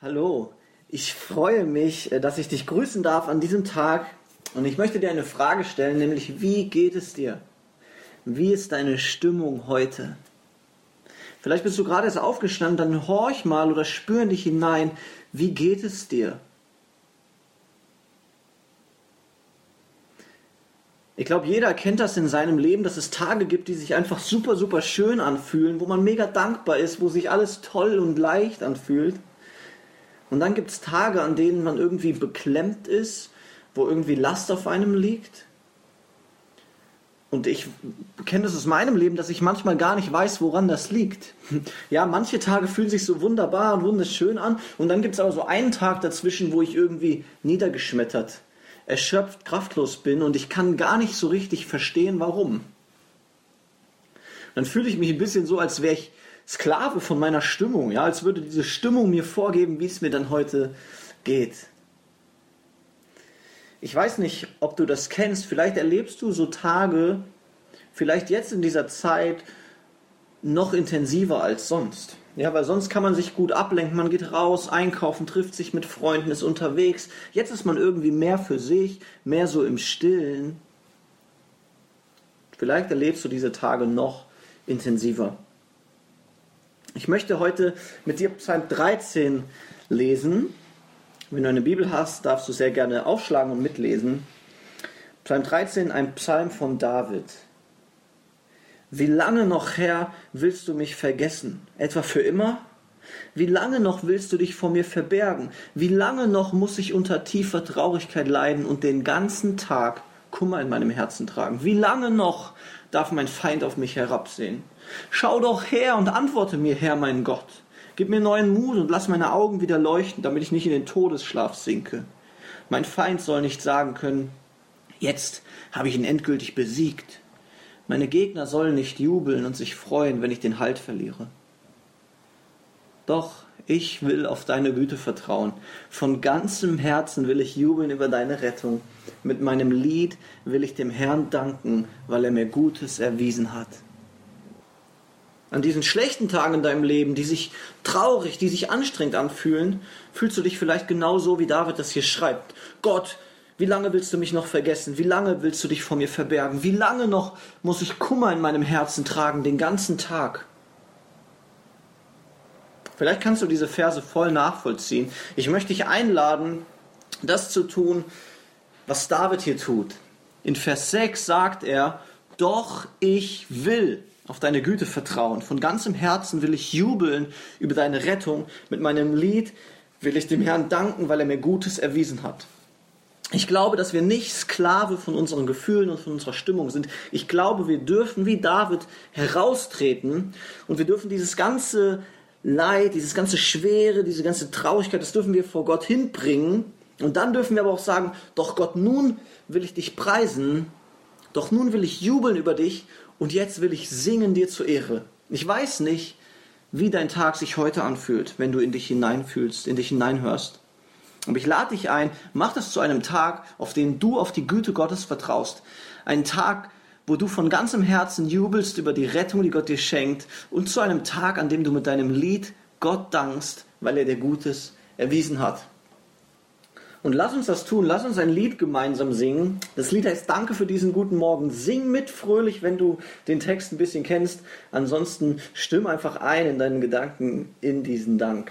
Hallo, ich freue mich, dass ich dich grüßen darf an diesem Tag und ich möchte dir eine Frage stellen, nämlich wie geht es dir? Wie ist deine Stimmung heute? Vielleicht bist du gerade erst aufgestanden, dann horch mal oder spür in dich hinein, wie geht es dir? Ich glaube, jeder kennt das in seinem Leben, dass es Tage gibt, die sich einfach super, super schön anfühlen, wo man mega dankbar ist, wo sich alles toll und leicht anfühlt. Und dann gibt es Tage, an denen man irgendwie beklemmt ist, wo irgendwie Last auf einem liegt. Und ich kenne das aus meinem Leben, dass ich manchmal gar nicht weiß, woran das liegt. Ja, manche Tage fühlen sich so wunderbar und wunderschön an. Und dann gibt es aber so einen Tag dazwischen, wo ich irgendwie niedergeschmettert, erschöpft, kraftlos bin und ich kann gar nicht so richtig verstehen, warum. Dann fühle ich mich ein bisschen so, als wäre ich Sklave von meiner Stimmung, ja, als würde diese Stimmung mir vorgeben, wie es mir dann heute geht. Ich weiß nicht, ob du das kennst, vielleicht erlebst du so Tage, vielleicht jetzt in dieser Zeit noch intensiver als sonst. Ja, weil sonst kann man sich gut ablenken, man geht raus, einkaufen, trifft sich mit Freunden, ist unterwegs. Jetzt ist man irgendwie mehr für sich, mehr so im Stillen. Vielleicht erlebst du diese Tage noch intensiver. Ich möchte heute mit dir Psalm 13 lesen. Wenn du eine Bibel hast, darfst du sehr gerne aufschlagen und mitlesen. Psalm 13, ein Psalm von David. Wie lange noch, Herr, willst du mich vergessen? Etwa für immer? Wie lange noch willst du dich vor mir verbergen? Wie lange noch muss ich unter tiefer Traurigkeit leiden und den ganzen Tag Kummer in meinem Herzen tragen? Wie lange noch darf mein Feind auf mich herabsehen? Schau doch her und antworte mir, Herr, mein Gott. Gib mir neuen Mut und lass meine Augen wieder leuchten, damit ich nicht in den Todesschlaf sinke. Mein Feind soll nicht sagen können, jetzt habe ich ihn endgültig besiegt. Meine Gegner sollen nicht jubeln und sich freuen, wenn ich den Halt verliere. Doch ich will auf deine Güte vertrauen. Von ganzem Herzen will ich jubeln über deine Rettung. Mit meinem Lied will ich dem Herrn danken, weil er mir Gutes erwiesen hat. An diesen schlechten Tagen in deinem Leben, die sich traurig, die sich anstrengend anfühlen, fühlst du dich vielleicht genauso, wie David das hier schreibt. Gott, wie lange willst du mich noch vergessen? Wie lange willst du dich vor mir verbergen? Wie lange noch muss ich Kummer in meinem Herzen tragen, den ganzen Tag? Vielleicht kannst du diese Verse voll nachvollziehen. Ich möchte dich einladen, das zu tun, was David hier tut. In Vers 6 sagt er, doch ich will auf deine Güte vertrauen. Von ganzem Herzen will ich jubeln über deine Rettung. Mit meinem Lied will ich dem Herrn danken, weil er mir Gutes erwiesen hat. Ich glaube, dass wir nicht Sklave von unseren Gefühlen und von unserer Stimmung sind. Ich glaube, wir dürfen wie David heraustreten und wir dürfen dieses ganze Leid, dieses ganze Schwere, diese ganze Traurigkeit, das dürfen wir vor Gott hinbringen. Und dann dürfen wir aber auch sagen, doch Gott, nun will ich dich preisen, doch nun will ich jubeln über dich und jetzt will ich singen dir zur Ehre. Ich weiß nicht, wie dein Tag sich heute anfühlt, wenn du in dich hineinfühlst, in dich hineinhörst. Aber ich lade dich ein, mach das zu einem Tag, auf den du auf die Güte Gottes vertraust. Ein Tag, wo du von ganzem Herzen jubelst über die Rettung, die Gott dir schenkt. Und zu einem Tag, an dem du mit deinem Lied Gott dankst, weil er dir Gutes erwiesen hat. Und lass uns das tun, lass uns ein Lied gemeinsam singen. Das Lied heißt Danke für diesen guten Morgen. Sing mit fröhlich, wenn du den Text ein bisschen kennst. Ansonsten stimm einfach ein in deinen Gedanken in diesen Dank.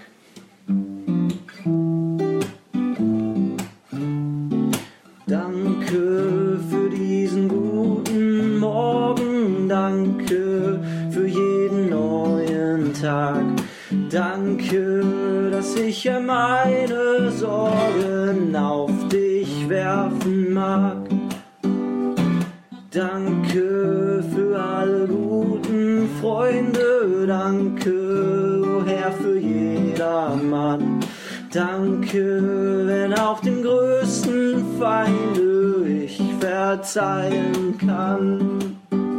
Danke für diesen guten Morgen, danke für jeden neuen Tag. Danke, dass ich meine Sorgen auf dich werfen mag. Danke für alle guten Freunde, danke, o Herr, für jedermann. Danke, wenn auch dem größten Feinde ich verzeihen kann.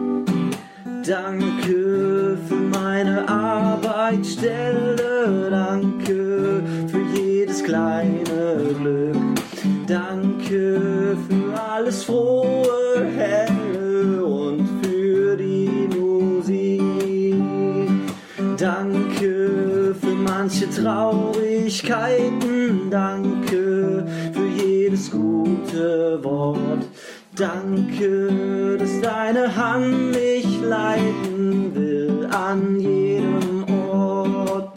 Danke für meine Arbeitsstelle, danke für jedes kleine Glück. Danke für alles Frohe, Helle und für die Musik. Danke für manche Trauer Traurigkeiten. Danke für jedes gute Wort. Danke, dass deine Hand mich leiten will an jedem Ort.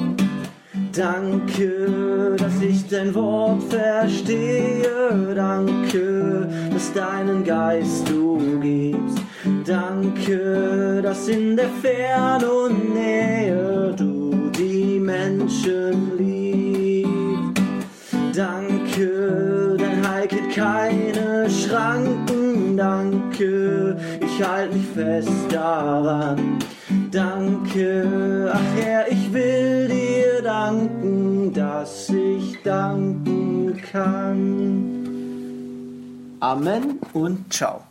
Danke, dass ich dein Wort verstehe. Danke, dass deinen Geist du gibst. Danke, dass in der Ferne und Nähe du die Menschen liebst. Danke, dein Heil kennt keine Schranken. Danke, ich halte mich fest daran. Danke, ach Herr, ich will dir danken, dass ich danken kann. Amen und ciao.